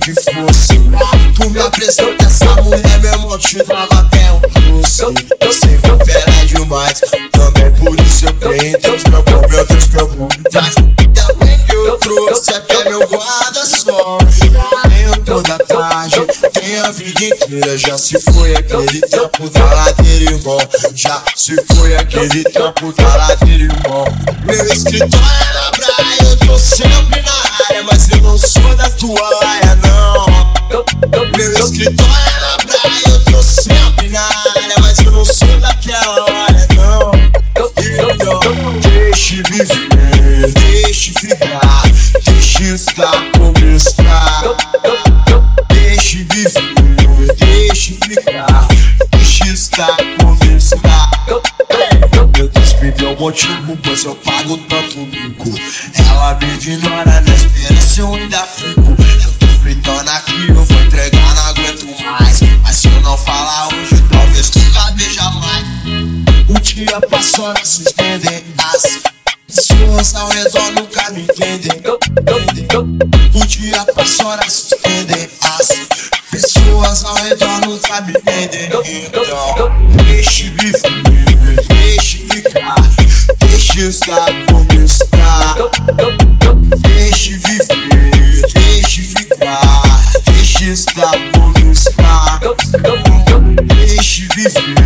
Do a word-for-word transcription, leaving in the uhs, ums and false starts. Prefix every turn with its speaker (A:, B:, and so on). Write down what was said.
A: que fosse. Tu me apresenta essa mulher, meu irmão, te dava até um doce. Eu sei que opera demais, também por isso eu tenho Deus meu bom, meu Deus meu bom. Também que eu trouxe até meu guarda-sol. Tenho toda tarde, tenho a vida inteira. Já se foi aquele tempo da ladeira, irmão. Já se foi aquele tempo da ladeira, irmão. Meu escritório é na praia, eu tô sempre na área, mas eu não sou da tua área, não. Meu escritório é na praia, eu tô sempre na área, mas eu não sou daquela área, não. Então, deixe viver, deixe ficar, deixe estar como está. Deixe viver, deixe ficar, deixe estar como está. Meu Deus me deu motivo, pois eu pago tanto mico. Ela me ignora, na esperança eu ainda fico. Eu tô fritando aqui, eu vou entregar, não aguento mais. Mas se eu não falar hoje, talvez nunca veja mais. O dia passou, não se estendem. As pessoas ao redor nunca me entendem. O dia passou, não se estendem. As pessoas ao redor nunca me entendem. Então, deixe viver, deixe ficar, deixe estar como está. Deixe viver, deixe ficar, deixe estar como está. Deixe viver,